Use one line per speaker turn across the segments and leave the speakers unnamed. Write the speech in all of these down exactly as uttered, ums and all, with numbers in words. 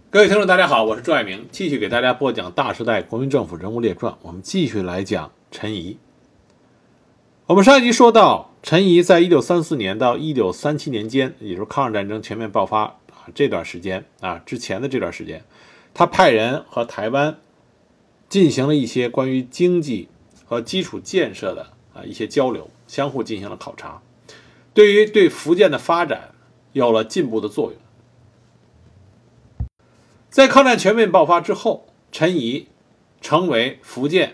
各位听众大家好，我是朱爱明，继续给大家播讲大时代国民政府人物列传。我们继续来讲陈仪。我们上一集说到，陈仪在一九三四年到一九三七年间，也就是抗日战争全面爆发啊这段时间啊之前的这段时间，他派人和台湾进行了一些关于经济和基础建设的啊一些交流，相互进行了考察，对于对福建的发展有了进步的作用。在抗战全面爆发之后，陈仪成为福建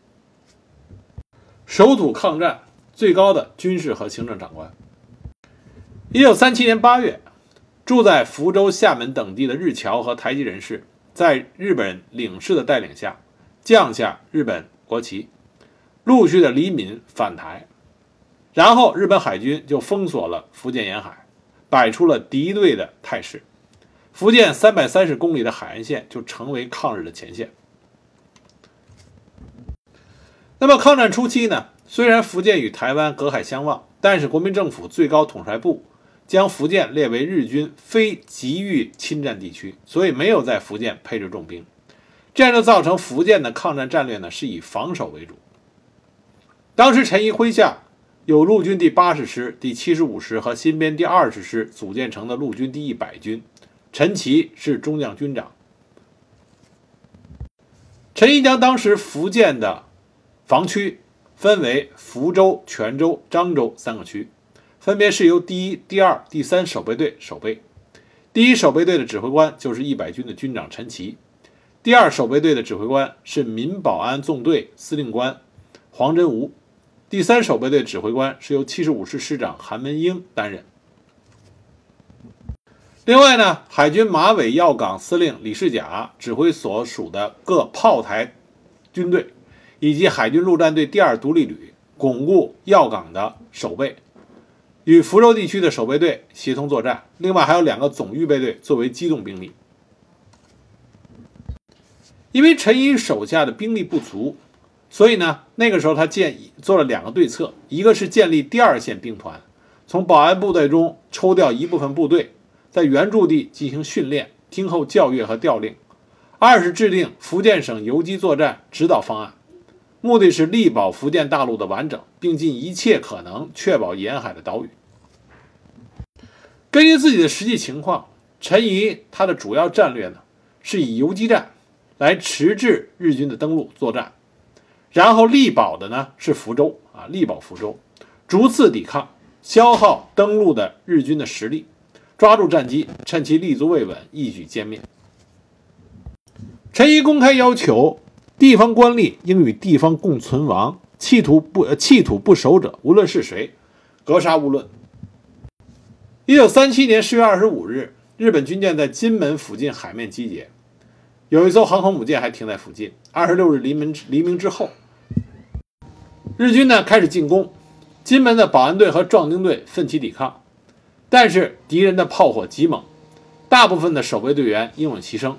守土抗战最高的军事和行政长官。一九三七年八月，住在福州、厦门等地的日侨和台籍人士，在日本领事的带领下，降下日本国旗，陆续的离闽返台。然后日本海军就封锁了福建沿海，摆出了敌对的态势。福建三百三十公里的海岸线就成为抗日的前线。那么抗战初期呢，虽然福建与台湾隔海相望，但是国民政府最高统帅部将福建列为日军非急于侵占地区，所以没有在福建配置重兵，这样就造成福建的抗战战略呢是以防守为主。当时陈仪麾下有陆军第八十师、第七十五师和新编第二十师组建成的陆军第一百军，陈琦是中将军长。陈仪将当时福建的防区分为福州、泉州、漳州三个区，分别是由第一、第二、第三守备队守备。第一守备队的指挥官就是一百军的军长陈琦，第二守备队的指挥官是民保安纵队司令官黄真吾，第三守备队指挥官是由七十五师师长韩文英担任。另外呢，海军马尾要岗司令李世甲指挥所属的各炮台军队，以及海军陆战队第二独立旅巩固要岗的守备，与福州地区的守备队协同作战。另外还有两个总预备队作为机动兵力。因为陈仪手下的兵力不足，所以呢，那个时候他建议做了两个对策，一个是建立第二线兵团，从保安部队中抽调一部分部队，在原驻地进行训练、听候教阅和调令；二是制定福建省游击作战指导方案，目的是力保福建大陆的完整，并尽一切可能确保沿海的岛屿。根据自己的实际情况，陈仪他的主要战略呢，是以游击战来迟滞日军的登陆作战，然后力保的呢是福州啊，力保福州，逐次抵抗，消耗登陆的日军的实力，抓住战机，趁其立足未稳，一举歼灭。陈仪公开要求地方官吏应与地方共存亡，弃土不呃弃土不守者，无论是谁，格杀勿论。一九三七年十月二十五日，日本军舰在金门附近海面集结，有一艘航空母舰还停在附近。二十六日黎明黎明之后，日军呢开始进攻，金门的保安队和壮丁队奋起抵抗，但是敌人的炮火极猛，大部分的守备队员英勇牺牲。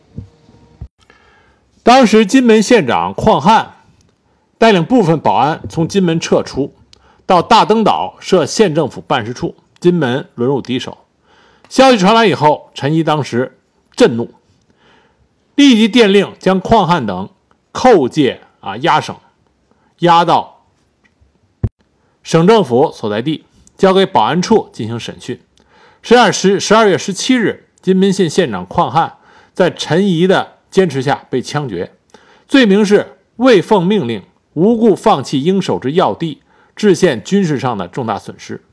当时金门县长邝汉带领部分保安从金门撤出，到大登岛设县政府办事处，金门沦入敌手。消息传来以后，陈仪当时震怒，立即电令将邝汉等扣解啊押省，押到省政府所在地，交给保安处进行审讯。十二月十七日，金门县县长邝汉在陈仪的坚持下被枪决，罪名是未奉命令，无故放弃应守之要地，致县军事上的重大损失。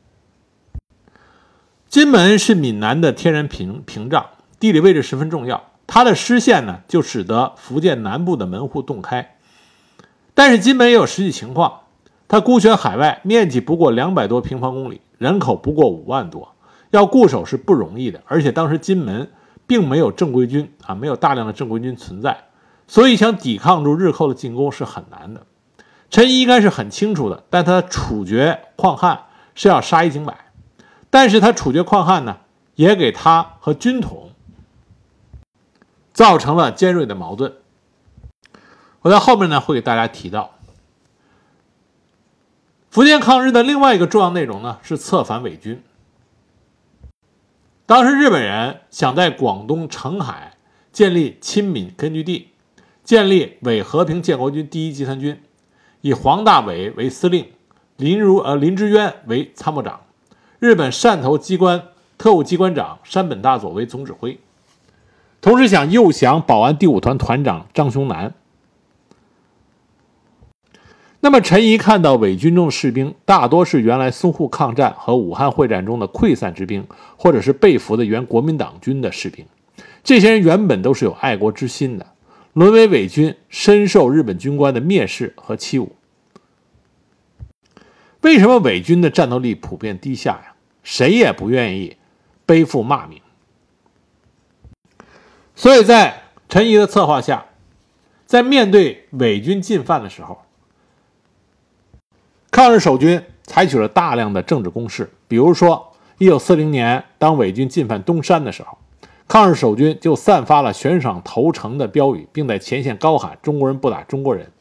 金门是闽南的天然屏屏障，地理位置十分重要，它的失陷呢，就使得福建南部的门户洞开。但是金门也有实际情况，它孤悬海外，面积不过两百多平方公里，人口不过五万多，要固守是不容易的。而且当时金门并没有正规军啊，没有大量的正规军存在，所以想抵抗住日寇的进攻是很难的。陈仪应该是很清楚的，但他处决邝汉是要杀一儆百，但是他处决邝汉呢，也给他和军统造成了尖锐的矛盾。我在后面呢会给大家提到，福建抗日的另外一个重要内容呢是策反伪军。 当时日本人想在广东澄海建立亲闽根据地，建立伪和平建国军第一集团军，以黄大炜为司令，林如呃林之渊为参谋长，日本汕头机关特务机关长山本大佐为总指挥，同时想诱降保安第五团团长张雄南。那么陈仪看到伪军中的士兵大多是原来淞沪抗战和武汉会战中的溃散之兵，或者是被俘的原国民党军的士兵，这些人原本都是有爱国之心的，沦为伪军深受日本军官的蔑视和欺侮。为什么伪军的战斗力普遍低下呀？谁也不愿意背负骂名。所以在陈仪的策划下，在面对伪军进犯的时候，抗日守军采取了大量的政治攻势。比如说一九四零年当伪军进犯东山的时候，抗日守军就散发了悬赏投诚的标语，并在前线高喊中国人不打中国人。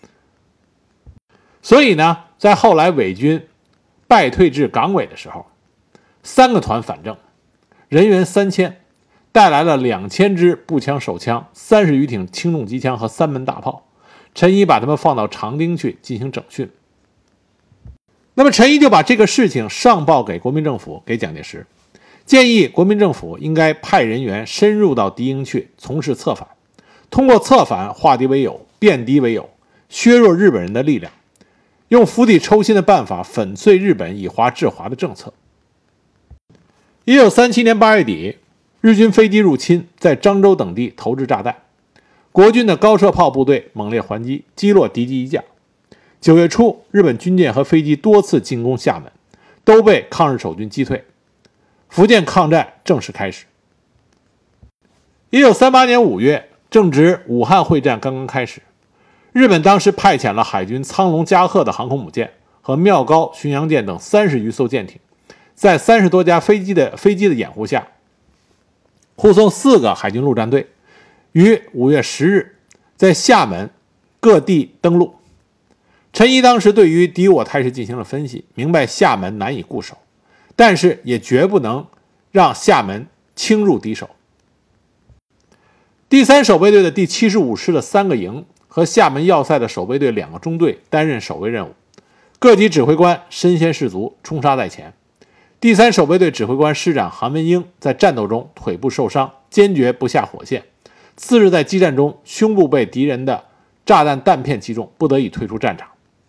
所以呢，在后来伪军败退至港尾的时候，三个团反正，人员三千，带来了两千支步枪手枪、三十余挺轻重机枪和三门大炮。陈仪把他们放到长汀去进行整训。那么陈仪就把这个事情上报给国民政府，给蒋介石，建议国民政府应该派人员深入到敌营去从事策反，通过策反化敌为友，变敌为友，削弱日本人的力量，用釜底抽薪的办法粉碎日本以华制华的政策。一九三七年八月底，日军飞机入侵，在漳州等地投掷炸弹，国军的高射炮部队猛烈还击，击落敌机一架。九月初，日本军舰和飞机多次进攻厦门，都被抗日守军击退，福建抗战正式开始。一九三八年五月，正值武汉会战刚刚开始，日本当时派遣了海军苍龙加贺的航空母舰和妙高巡洋舰等三十余艘舰艇，在三十多架飞机的飞机的掩护下，护送四个海军陆战队于五月十日在厦门各地登陆。陈仪当时对于敌我态势进行了分析，明白厦门难以固守，但是也绝不能让厦门轻入敌手。第三守备队的第七十五师的三个营和厦门要塞的守备队两个中队担任守卫任务，各级指挥官身先士卒，冲杀在前。第三守备队指挥官师长韩文英在战斗中腿部受伤，坚决不下火线。次日在激战中，胸部被敌人的炸弹弹片击中，不得已退出战场。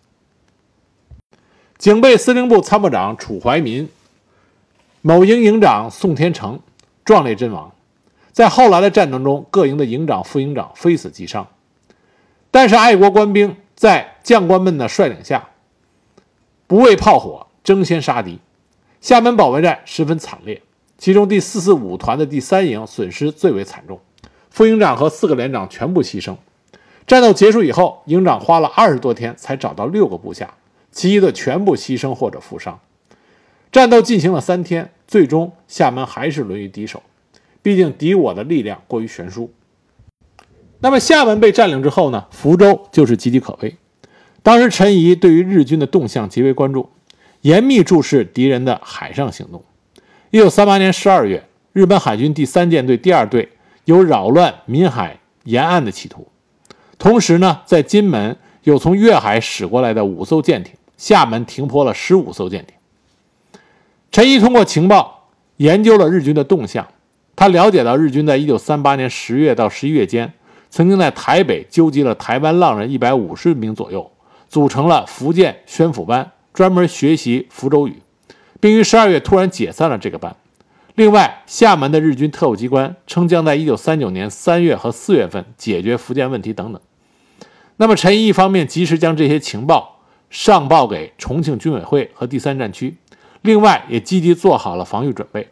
警备司令部参谋长楚怀民、某营营长宋天成壮烈阵亡。在后来的战争中，各营的营长、副营长非死即伤。但是爱国官兵在将官们的率领下，不畏炮火，争先杀敌。厦门保卫战十分惨烈，其中第四四五团的第三营损失最为惨重，副营长和四个连长全部牺牲。战斗结束以后，营长花了二十多天才找到六个部下，其余的全部牺牲或者负伤。战斗进行了三天，最终厦门还是沦于敌手，毕竟敌我的力量过于悬殊。那么厦门被占领之后呢，福州就是岌岌可危。当时陈仪对于日军的动向极为关注，严密注视敌人的海上行动。一九三八年十二月，日本海军第三舰队第二队有扰乱闽海沿岸的企图。同时呢，在金门有从粤海驶过来的五艘舰艇，厦门停泊了十五艘舰艇。陈仪通过情报研究了日军的动向，他了解到日军在一九三八年十月到十一月间，曾经在台北纠集了台湾浪人一百五十名左右，组成了福建宣抚班，专门学习福州语，并于十二月突然解散了这个班。另外，厦门的日军特务机关称将在一九三九年三月和四月份解决福建问题等等。那么陈仪一方面及时将这些情报上报给重庆军委会和第三战区，另外也积极做好了防御准备。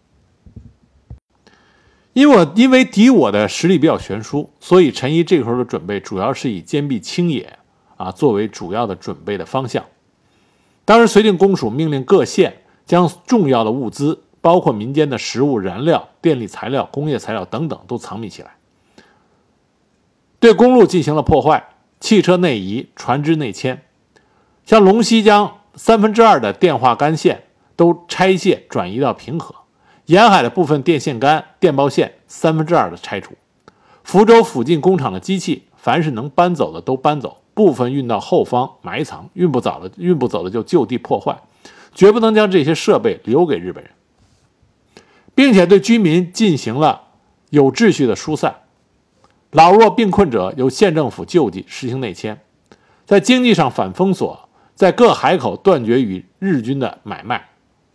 因为我因为敌我的实力比较悬殊，所以陈仪这个时候的准备主要是以坚壁清野啊作为主要的准备的方向。当时绥靖公署命令各县将重要的物资，包括民间的食物、燃料、电力材料、工业材料等等都藏匿起来，对公路进行了破坏，汽车内移，船只内迁。像龙溪将三分之二的电话干线都拆卸转移到平河， 沿海的部分电线杆、电报线三分之二的拆除。福州附近工厂的机器，凡是能搬走的都搬走，部分运到后方埋藏，运不走的运不走的就就地破坏，绝不能将这些设备留给日本人，并且对居民进行了有秩序的疏散。老弱病困者由县政府救济，实行内迁。在经济上反封锁，在各海口断绝与日军的买卖，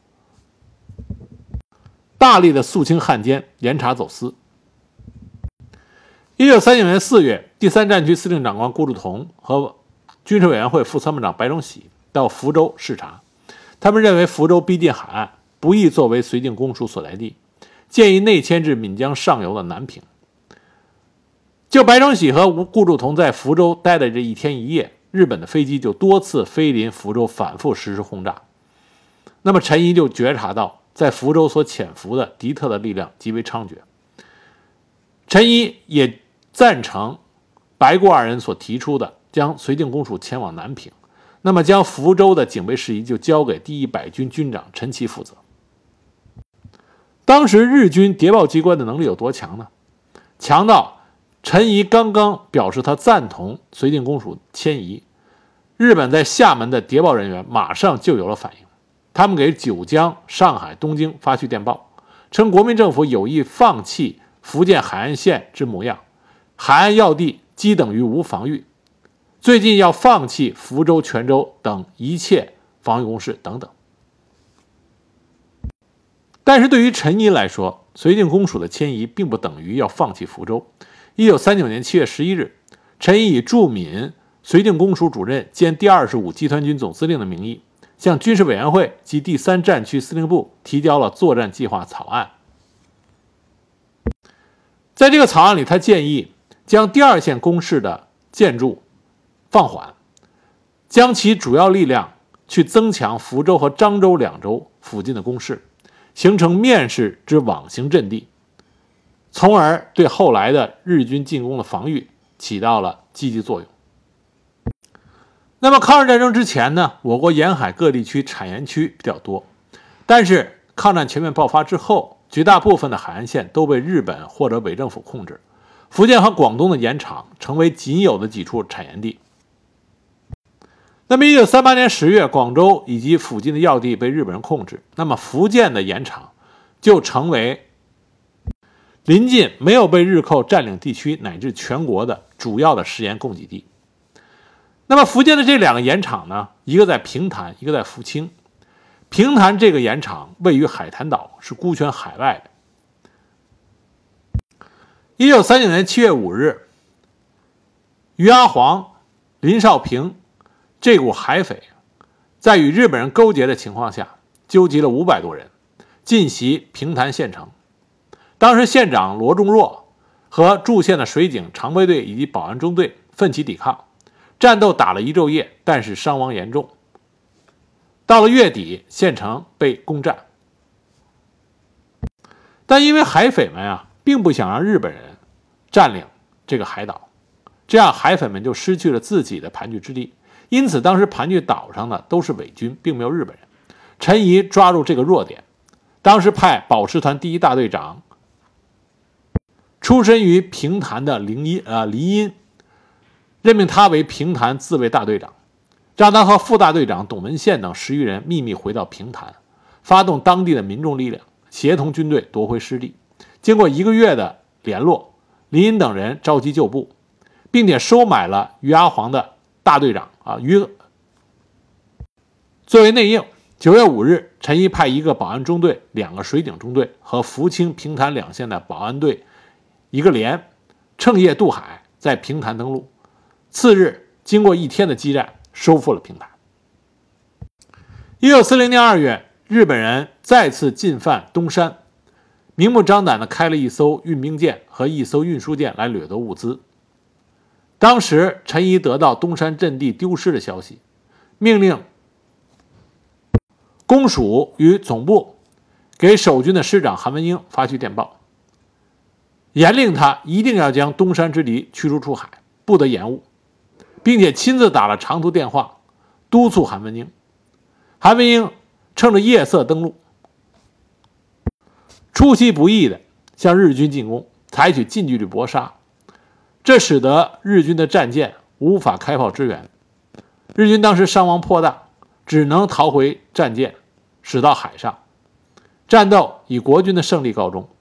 大力的肃清汉奸，严查走私。一九三九年四月，第三战区司令长官顾祝同和军事委员会副参谋长白崇禧到福州视察，他们认为福州逼近海岸，不宜作为绥靖公署所在地，建议内迁至闽江上游的南平。就白崇禧和顾祝同在福州待的这一天一夜，日本的飞机就多次飞临福州，反复实施轰炸。那么陈仪就觉察到，在福州所潜伏的敌特的力量极为猖獗。陈仪也赞成白顾二人所提出的将绥靖公署前往南平，那么将福州的警备事宜就交给第一百军军长陈其负责。当时日军谍报机关的能力有多强呢？强到陈仪刚刚表示他赞同绥靖公署迁移，日本在厦门的谍报人员马上就有了反应，他们给九江、上海、东京发去电报，称国民政府有意放弃福建海岸线之模样，海岸要地基等于无防御，最近要放弃福州、泉州等一切防御工事等等。但是对于陈仪来说，绥靖公署的迁移并不等于要放弃福州。一九三九年七月十一日，陈仪以驻闽绥靖公署主任兼第二十五集团军总司令的名义，向军事委员会及第三战区司令部提交了作战计划草案。在这个草案里，他建议将第二线工事的建筑放缓，将其主要力量去增强福州和漳州两州附近的工事，形成面市之网形阵地，从而对后来的日军进攻的防御起到了积极作用。那么抗日战争之前呢，我国沿海各地区产盐区比较多，但是抗战全面爆发之后，绝大部分的海岸线都被日本或者伪政府控制，福建和广东的盐场成为仅有的几处产盐地。那么一九三八年十月，广州以及附近的要地被日本人控制，那么福建的盐场就成为临近没有被日寇占领地区乃至全国的主要的食盐供给地。那么福建的这两个盐场呢，一个在平潭，一个在福清。平潭这个盐场位于海坛岛，是孤悬海外的。一九三九年七月五日，于阿黄、林少平这股海匪在与日本人勾结的情况下，纠集了五百多人进袭平潭县城。当时县长罗仲若和驻县的水警、常备队以及保安中队奋起抵抗，战斗打了一昼夜，但是伤亡严重。到了月底，县城被攻占。但因为海匪们啊，并不想让日本人占领这个海岛，这样海匪们就失去了自己的盘踞之地。因此当时盘踞岛上的都是伪军，并没有日本人。陈仪抓住这个弱点，当时派保师团第一大队长出身于平潭的林荫呃黎荫，任命他为平潭自卫大队长，让他和副大队长董文宪等十余人秘密回到平潭，发动当地的民众力量，协同军队夺回失地。经过一个月的联络，林荫等人召集旧部，并且收买了于阿黄的大队长啊于作为内应。九月五日，陈仪派一个保安中队、两个水警中队和福清、平潭两县的保安队一个连，趁夜渡海，在平潭登陆。次日，经过一天的激战，收复了平潭。一九四零年二月，日本人再次进犯东山，明目张胆地开了一艘运兵舰和一艘运输舰来掠夺物资。当时陈仪得到东山阵地丢失的消息，命令公署与总部给守军的师长韩文英发去电报，严令他一定要将东山之敌驱逐出海，不得延误，并且亲自打了长途电话督促韩文英。韩文英趁着夜色登陆， 出其不意的向日军进攻，采取近距离搏杀，这使得日军的战舰无法开炮支援，日军当时伤亡颇大，只能逃回战舰，驶到海上。战斗以国军的胜利告终。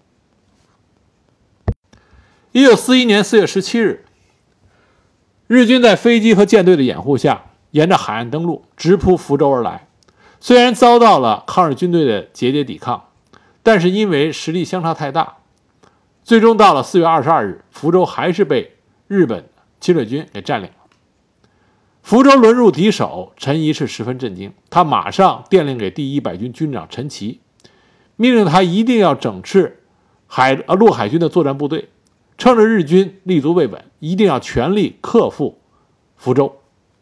一九四一年四月十七日，日军在飞机和舰队的掩护下，沿着海岸登陆，直扑福州而来。虽然遭到了抗日军队的节节抵抗，但是因为实力相差太大，最终到了四月二十二日，福州还是被日本侵略军给占领了。福州沦入敌手，陈仪是十分震惊，他马上电令给第一百军军长陈其，命令他一定要整治海呃陆海军的作战部队，趁着日军立足未稳，一定要全力克复福州。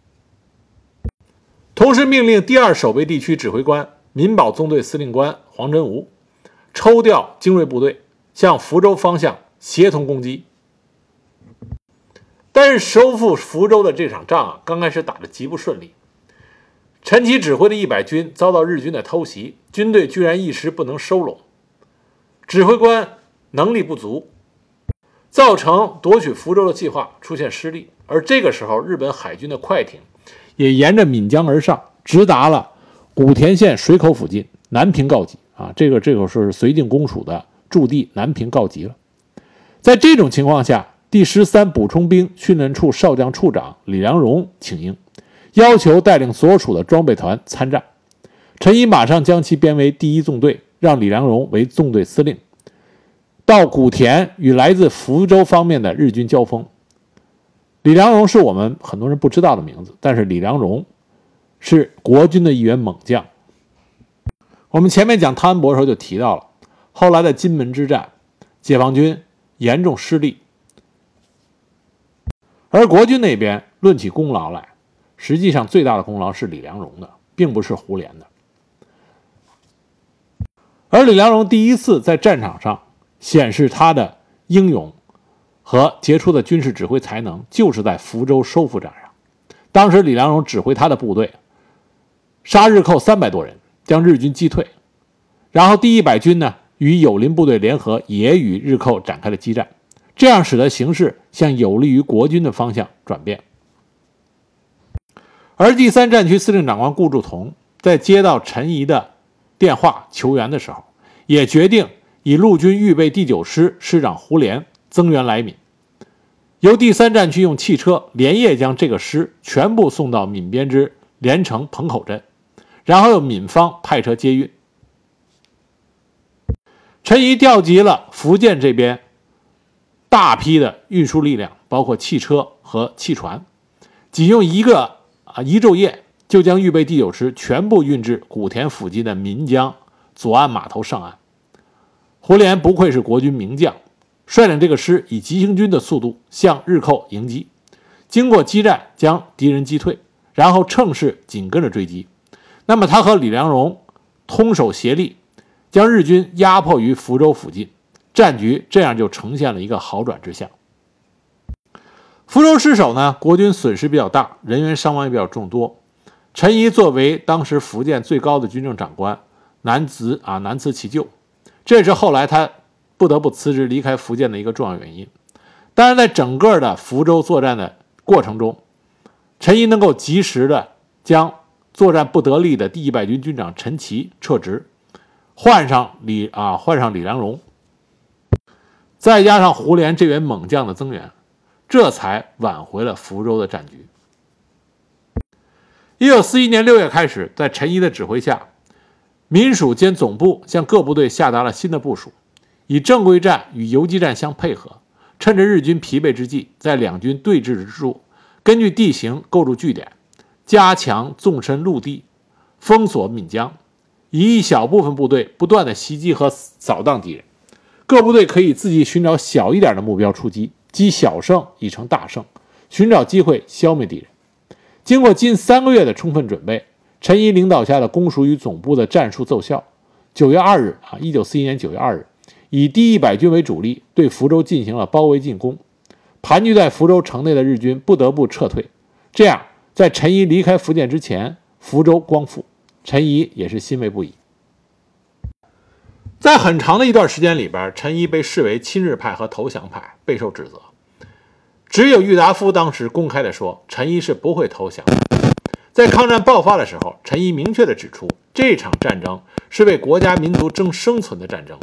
同时命令第二守备地区指挥官、民保纵队司令官黄真吾抽调精锐部队向福州方向协同攻击。但是收复福州的这场仗啊，刚开始打得极不顺利。陈其指挥的一百军遭到日军的偷袭，军队居然一时不能收拢，指挥官能力不足，造成夺取福州的计划出现失利。而这个时候，日本海军的快艇也沿着闽江而上，直达了古田县水口附近，南平告急啊！这个这个是绥靖公署的驻地，南平告急了。在这种情况下，第十三补充兵训练处少将处长李良荣请缨，要求带领所属的装备团参战。陈仪马上将其编为第一纵队，让李良荣为纵队司令，到古田与来自福州方面的日军交锋。李良荣是我们很多人不知道的名字，但是李良荣是国军的一员猛将。我们前面讲汤恩伯的时候就提到了，后来的金门之战，解放军严重失利，而国军那边论起功劳来，实际上最大的功劳是李良荣的，并不是胡琏的。而李良荣第一次在战场上显示他的英勇和杰出的军事指挥才能，就是在福州收复战上。当时李良荣指挥他的部队杀日寇三百多人，将日军击退，然后第一百军呢与友邻部队联合，也与日寇展开了激战，这样使得形势向有利于国军的方向转变。而第三战区司令长官顾祝同在接到陈仪的电话求援的时候，也决定以陆军预备第九师师长胡琏增援来闽，由第三战区用汽车连夜将这个师全部送到闽边之连城彭口镇，然后由闽方派车接运。陈仪调集了福建这边大批的运输力量，包括汽车和汽船，仅用一个啊一昼夜就将预备第九师全部运至古田附近的闽江左岸码头上岸。胡琏不愧是国军名将，率领这个师以急行军的速度向日寇迎击，经过激战将敌人击退，然后乘势紧跟着追击。那么他和李良荣通手协力，将日军压迫于福州附近，战局这样就呈现了一个好转之象。福州失守呢，国军损失比较大，人员伤亡也比较众多。陈仪作为当时福建最高的军政长官，难辞啊难辞其咎，这是后来他不得不辞职离开福建的一个重要原因。当然，在整个的福州作战的过程中，陈仪能够及时的将作战不得力的第一百军军长陈其撤职，换上李啊换上李良荣，再加上胡琏这员猛将的增援，这才挽回了福州的战局。一九四一年六月开始，在陈仪的指挥下，民属兼总部向各部队下达了新的部署，以正规战与游击战相配合，趁着日军疲惫之际，在两军对峙之处，根据地形构筑据点，加强纵深陆地，封锁闽江，以一小部分部队不断的袭击和扫荡敌人。各部队可以自己寻找小一点的目标出击，积小胜以成大胜，寻找机会消灭敌人。经过近三个月的充分准备，陈仪领导下的公署与总部的战术奏效。九月二日啊，一九四一年九月二日，以第一百军为主力，对福州进行了包围进攻。盘踞在福州城内的日军不得不撤退。这样，在陈仪离开福建之前，福州光复，陈仪也是欣慰不已。 在很长的一段时间里边，陈仪被视为亲日派和投降派，备受指责。只有郁达夫当时公开地说，陈仪是不会投降的。在抗战爆发的时候，陈仪明确地指出，这场战争是为国家民族争生存的战争。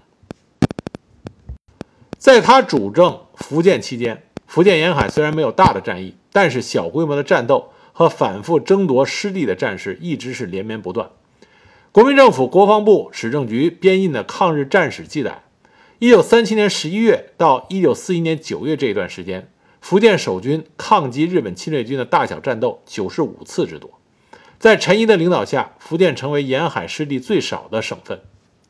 在他主政福建期间，福建沿海虽然没有大的战役，但是小规模的战斗和反复争夺失地的战事一直是连绵不断。国民政府国防部史政局编印的抗日战史记载，一九三七年十一月到一九四一年九月这一段时间，福建守军抗击日本侵略军的大小战斗九十五次之多。在陈仪的领导下，福建成为沿海失地最少的省份。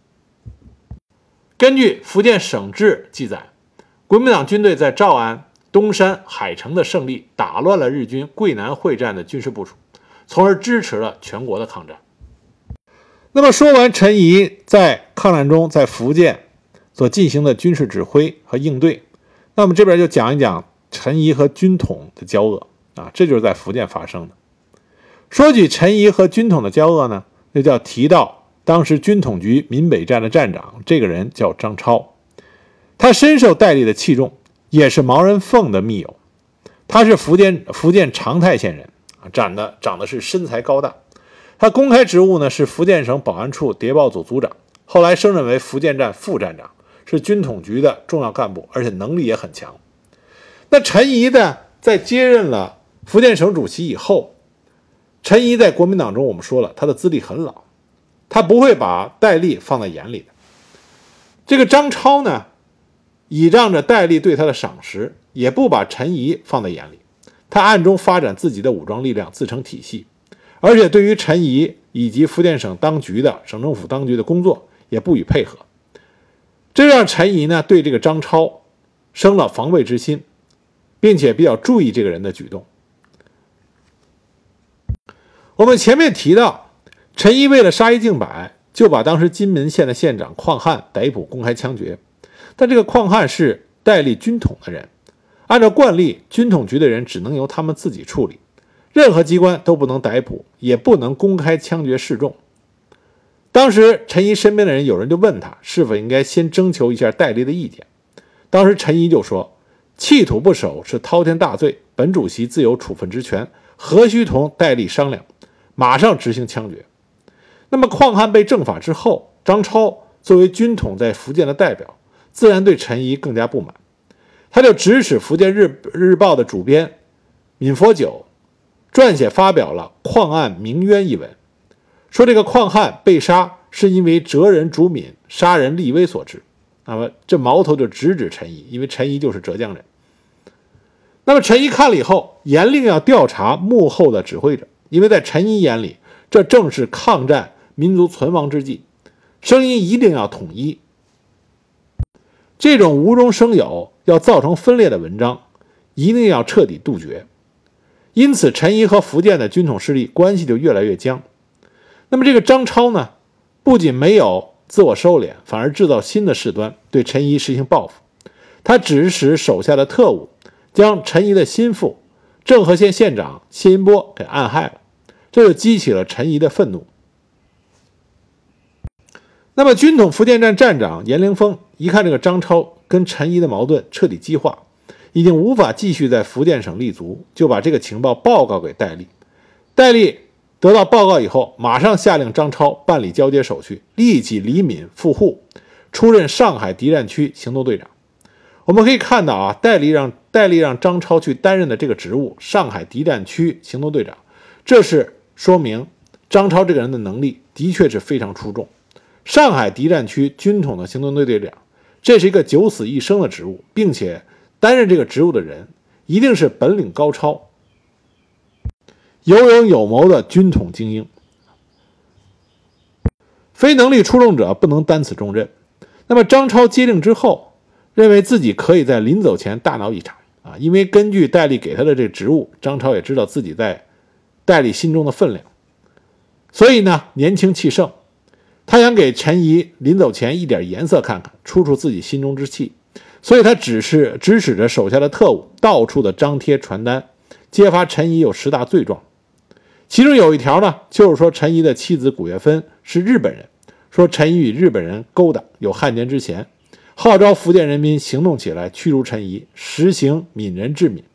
根据福建省志记载，国民党军队在诏安、东山、海城的胜利打乱了日军桂南会战的军事部署，从而支持了全国的抗战。那么说完陈仪在抗战中在福建所进行的军事指挥和应对，那么这边就讲一讲陈仪和军统的交恶啊，这就是在福建发生的。说起陈仪和军统的交恶呢，就叫提到当时军统局闽北站的站长，这个人叫张超，他深受戴笠的器重，也是毛人凤的密友。他是福建福建长泰县人，长得长得是身材高大。他公开职务呢是福建省保安处谍报组组长，后来升任为福建站副站长，是军统局的重要干部，而且能力也很强。那陈仪呢，在接任了福建省主席以后，陈仪在国民党中，我们说了，他的资历很老，他不会把戴笠放在眼里的。这个张超呢，倚仗着戴笠对他的赏识，也不把陈仪放在眼里，他暗中发展自己的武装力量，自成体系，而且对于陈仪以及福建省当局的省政府当局的工作也不予配合，这让陈仪呢对这个张超生了防备之心，并且比较注意这个人的举动。我们前面提到，陈仪为了杀一儆百，就把当时金门县的县长邝汉逮捕公开枪决。但这个邝汉是戴笠军统的人，按照惯例，军统局的人只能由他们自己处理，任何机关都不能逮捕，也不能公开枪决示众。当时陈仪身边的人有人就问他，是否应该先征求一下戴笠的意见。当时陈仪就说，弃土不守是滔天大罪，本主席自有处分之权，何须同戴笠商量，马上执行枪决。那么邝汉被正法之后，张超作为军统在福建的代表，自然对陈仪更加不满，他就指使福建日日报的主编闵佛九撰写发表了《邝案鸣冤》一文，说这个邝汉被杀是因为哲人主闵杀人立威所致。那么这矛头就直指陈仪，因为陈仪就是浙江人。那么陈仪看了以后，严令要调查幕后的指挥者，因为在陈仪眼里，这正是抗战民族存亡之际，声音一定要统一。这种无中生有要造成分裂的文章，一定要彻底杜绝。因此陈仪和福建的军统势力关系就越来越僵。那么这个张超呢，不仅没有自我收敛，反而制造新的事端，对陈仪实行报复。他指使手下的特务将陈仪的心腹政和县县长谢银波给暗害了，这就激起了陈仪的愤怒。那么军统福建站站长严凌峰一看这个张超跟陈仪的矛盾彻底激化，已经无法继续在福建省立足，就把这个情报报告给戴笠。戴笠得到报告以后，马上下令张超办理交接手续，立即离闽赴沪，出任上海敌占区行动队长。我们可以看到啊，戴笠让戴笠让张超去担任的这个职务，上海敌占区行动队长，这是说明张超这个人的能力的确是非常出众。上海敌占区军统的行动队队长，这是一个九死一生的职务，并且担任这个职务的人一定是本领高超、有勇有谋的军统精英，非能力出众者不能担此重任。那么张超接令之后，认为自己可以在临走前大闹一场啊，因为根据戴笠给他的这个职务，张超也知道自己在戴笠心中的分量，所以呢，年轻气盛，他想给陈仪临走前一点颜色看看，出出自己心中之气，所以他指示指使着手下的特务到处的张贴传单，揭发陈仪有十大罪状。其中有一条呢，就是说陈仪的妻子古月芬是日本人， 说陈仪与日本人勾搭，有汉奸之嫌，号召福建人民行动起来驱逐陈仪，实行闽人治闽。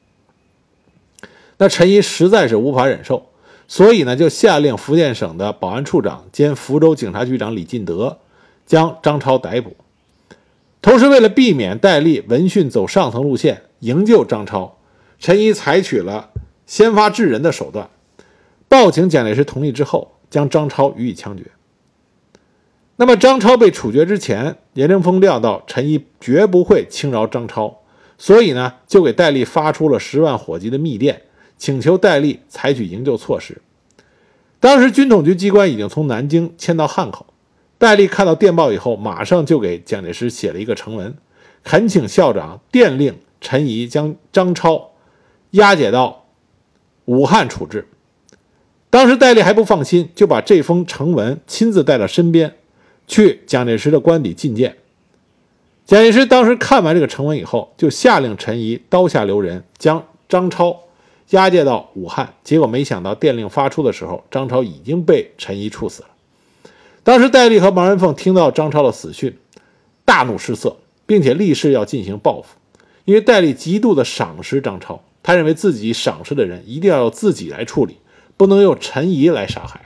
那陈仪实在是无法忍受，所以呢，就下令福建省的保安处长兼福州警察局长李进德将张超逮捕。同时，为了避免戴笠闻讯走上层路线营救张超，陈仪采取了先发制人的手段，报请蒋介石同意之后，将张超予以枪决。那么张超被处决之前，严正风料到陈仪绝不会轻饶张超，所以呢，就给戴笠发出了十万火急的密电，请求戴笠采取营救措施。当时军统局机关已经从南京迁到汉口，戴笠看到电报以后，马上就给蒋介石写了一个呈文，恳请校长电令陈仪将张超押解到武汉处置。当时戴笠还不放心，就把这封呈文亲自带到身边，去蒋介石的官邸觐见。蒋介石当时看完这个呈文以后，就下令陈仪刀下留人，将张超押解到武汉。结果没想到电令发出的时候，张超已经被陈仪处死了。当时戴笠和毛人凤听到张超的死讯，大怒失色，并且立誓要进行报复。因为戴笠极度的赏识张超，他认为自己赏识的人一定要由自己来处理，不能由陈仪来杀害。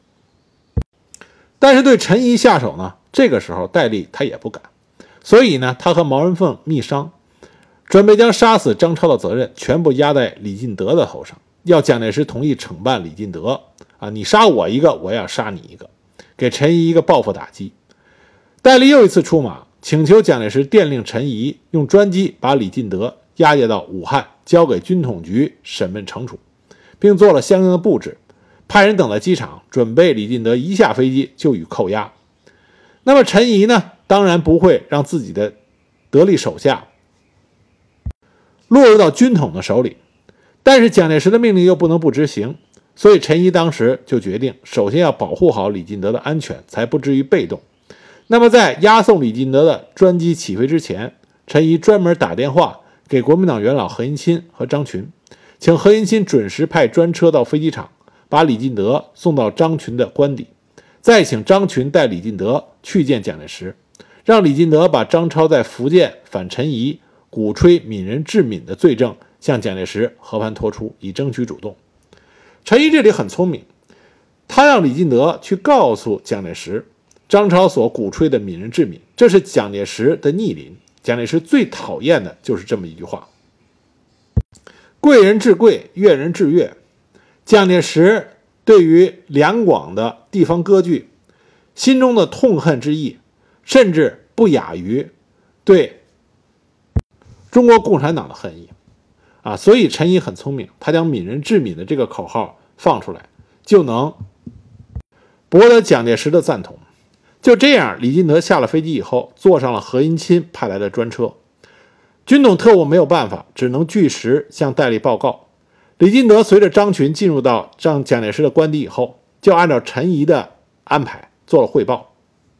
但是对陈仪下手呢，这个时候戴笠他也不敢，所以呢，他和毛人凤密商，准备将杀死张超的责任全部压在李进德的头上，要蒋介石同意惩办李进德啊，你杀我一个，我也要杀你一个，给陈仪一个报复打击。戴笠又一次出马，请求蒋介石电令陈仪用专机把李进德押解到武汉，交给军统局审问惩处，并做了相应的布置，派人等在机场，准备李进德一下飞机就予扣押。那么陈仪呢，当然不会让自己的得力手下落入到军统的手里，但是蒋介石的命令又不能不执行，所以陈仪当时就决定，首先要保护好李进德的安全，才不至于被动。那么在押送李进德的专机起飞之前，陈仪专门打电话给国民党元老何应钦和张群，请何应钦准时派专车到飞机场，把李进德送到张群的官邸，再请张群带李进德去见蒋介石，让李进德把张超在福建反陈仪、鼓吹闽人治闽的罪证向蒋介石和盘托出，以争取主动。陈仪这里很聪明，他让李进德去告诉蒋介石，张超所鼓吹的闽人治闽，这是蒋介石的逆鳞。蒋介石最讨厌的就是这么一句话：贵人治贵，越人治越。蒋介石对于两广的地方割据心中的痛恨之意，甚至不亚于对中国共产党的恨意啊！所以陈仪很聪明，他将闽人治闽的这个口号放出来，就能博得蒋介石的赞同。就这样，李进德下了飞机以后，坐上了何应钦派来的专车。军统特务没有办法，只能据实向戴笠报告。李进德随着张群进入到蒋介石的官邸以后，就按照陈仪的安排做了汇报。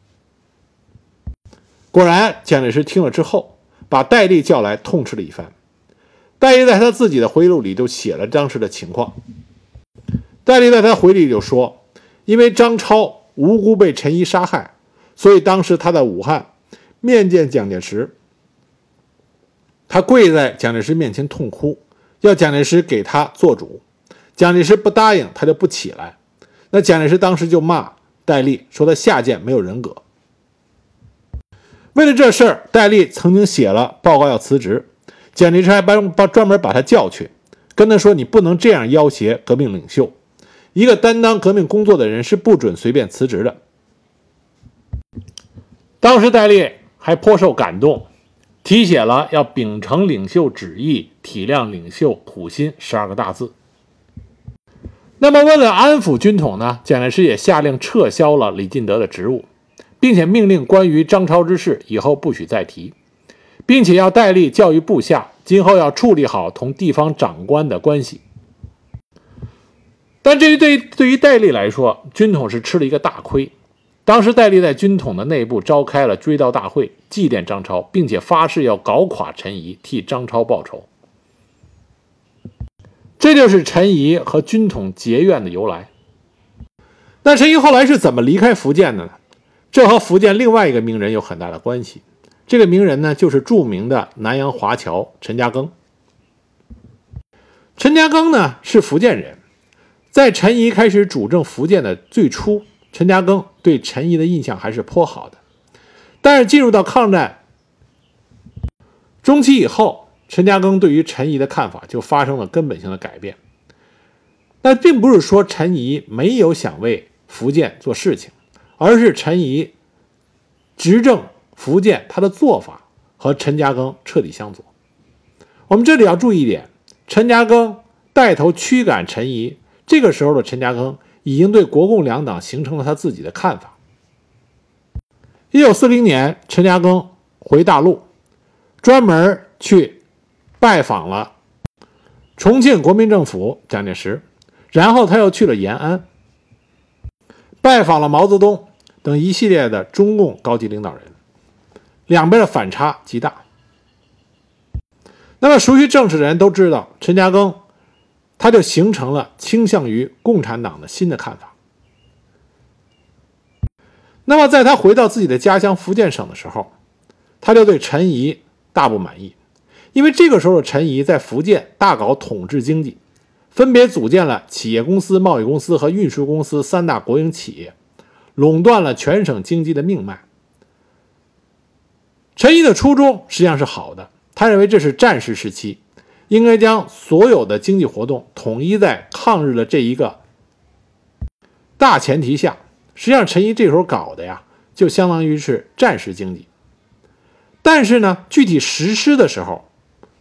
果然，蒋介石听了之后，把戴笠叫来痛斥了一番。戴笠在他自己的回忆录里就写了当时的情况。戴笠在他回忆里就说，因为张超无辜被陈仪杀害，所以当时他在武汉面见蒋介石，他跪在蒋介石面前痛哭，要蒋介石给他做主。蒋介石不答应，他就不起来。那蒋介石当时就骂戴笠，说他下贱没有人格。为了这事儿，戴笠曾经写了报告要辞职，蒋介石还把专门把他叫去，跟他说，你不能这样要挟革命领袖，一个担当革命工作的人是不准随便辞职的。当时戴笠还颇受感动，题写了要秉承领袖旨意，体谅领袖苦心十二个大字。那么为了安抚军统呢，蒋介石也下令撤销了李进德的职务，并且命令关于张超之事以后不许再提，并且要戴笠教育部下，今后要处理好同地方长官的关系。但这对于对于戴笠来说，军统是吃了一个大亏。当时戴笠在军统的内部召开了追悼大会，祭奠张超，并且发誓要搞垮陈仪，替张超报仇。这就是陈仪和军统结怨的由来。那陈仪后来是怎么离开福建的呢？ 这和福建另外一个名人有很大的关系。这个名人呢，就是著名的南洋华侨陈嘉庚。陈嘉庚呢是福建人，在陈仪开始主政福建的最初，陈嘉庚对陈仪的印象还是颇好的。但是进入到抗战中期以后，陈嘉庚对于陈仪的看法就发生了根本性的改变。那并不是说陈仪没有想为福建做事情，而是陈仪执政福建他的做法和陈嘉庚彻底相左。我们这里要注意一点，陈嘉庚带头驱赶陈仪，这个时候的陈嘉庚已经对国共两党形成了他自己的看法。一九四零年，陈嘉庚回大陆，专门去拜访了重庆国民政府蒋介石，然后他又去了延安，拜访了毛泽东等一系列的中共高级领导人，两边的反差极大。那么熟悉政治的人都知道，陈嘉庚他就形成了倾向于共产党的新的看法。那么在他回到自己的家乡福建省的时候，他就对陈仪大不满意，因为这个时候的陈仪在福建大搞统治经济，分别组建了企业公司、贸易公司和运输公司三大国营企业，垄断了全省经济的命脉。陈仪的初衷实际上是好的，他认为这是战时时期，应该将所有的经济活动统一在抗日的这一个大前提下。实际上陈仪这时候搞的呀，就相当于是战时经济。但是呢，具体实施的时候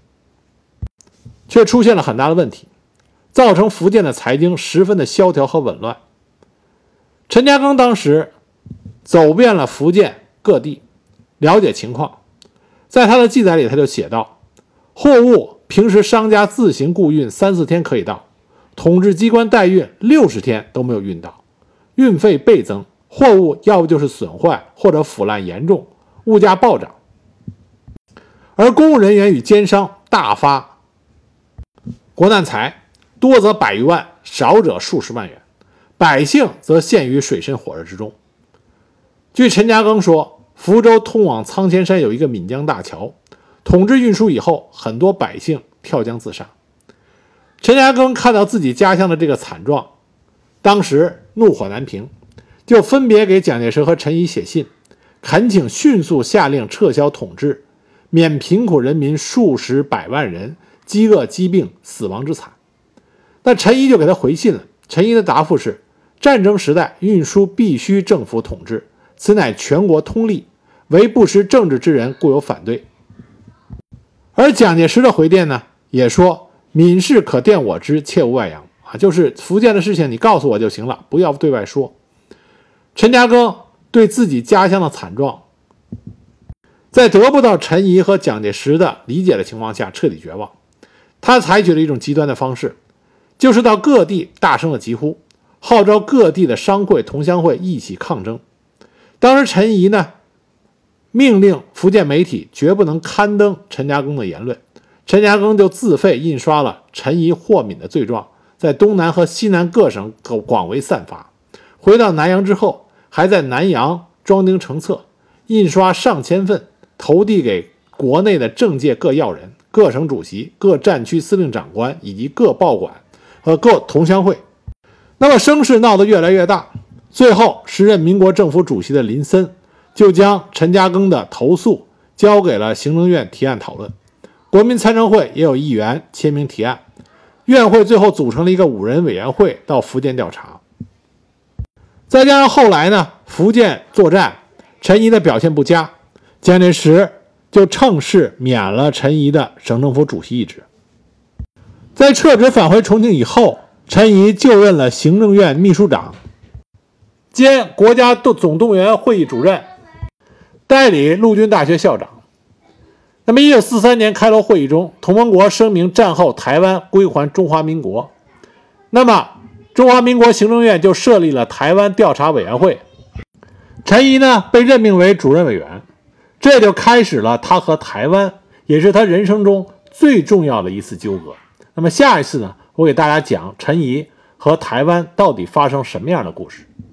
却出现了很大的问题，造成福建的财经十分的萧条和紊乱。陈嘉庚当时走遍了福建各地，了解情况。在他的记载里，他就写道：货物平时商家自行雇运三四天可以到，统治机关代运六十天都没有运到，运费倍增，货物要不就是损坏或者腐烂严重，物价暴涨。而公务人员与奸商大发国难财，多则百余万，少者数十万元，百姓则陷于水深火热之中。据陈嘉庚说，福州通往苍前山有一个闽江大桥，统治运输以后，很多百姓跳江自杀。陈嘉庚看到自己家乡的这个惨状，当时怒火难平，就分别给蒋介石和陈仪写信，恳请迅速下令撤销统治，免贫苦人民数十百万人饥饿、疾病、死亡之惨。那陈仪就给他回信了，陈仪的答复是：战争时代运输必须政府统治，此乃全国通例，唯不识政治之人故有反对。而蒋介石的回电呢，也说闽事可电我知，切勿外扬啊，就是福建的事情你告诉我就行了，不要对外说。陈嘉庚对自己家乡的惨状，在得不到陈仪和蒋介石的理解的情况下，彻底绝望。他采取了一种极端的方式，就是到各地大声的疾呼，号召各地的商会、同乡会一起抗争。当时陈仪呢，命令福建媒体绝不能刊登陈嘉庚的言论。陈嘉庚就自费印刷了陈仪祸闽的罪状，在东南和西南各省广为散发。回到南阳之后，还在南阳装订成册，印刷上千份，投递给国内的政界各要人、各省主席、各战区司令长官以及各报馆和各同乡会。那么声势闹得越来越大，最后时任民国政府主席的林森就将陈嘉庚的投诉交给了行政院提案讨论，国民参政会也有议员签名提案，院会最后组成了一个五人委员会到福建调查。再加上后来呢，福建作战陈仪的表现不佳，蒋介石就趁势免了陈仪的省政府主席一职。在撤职返回重庆以后，陈仪就任了行政院秘书长兼国家总动员会议主任，代理陆军大学校长。那么一九四三年开罗会议中，同盟国声明战后台湾归还中华民国，那么中华民国行政院就设立了台湾调查委员会，陈仪呢被任命为主任委员，这就开始了他和台湾，也是他人生中最重要的一次纠葛。那么下一次呢，我给大家讲陈仪和台湾到底发生什么样的故事。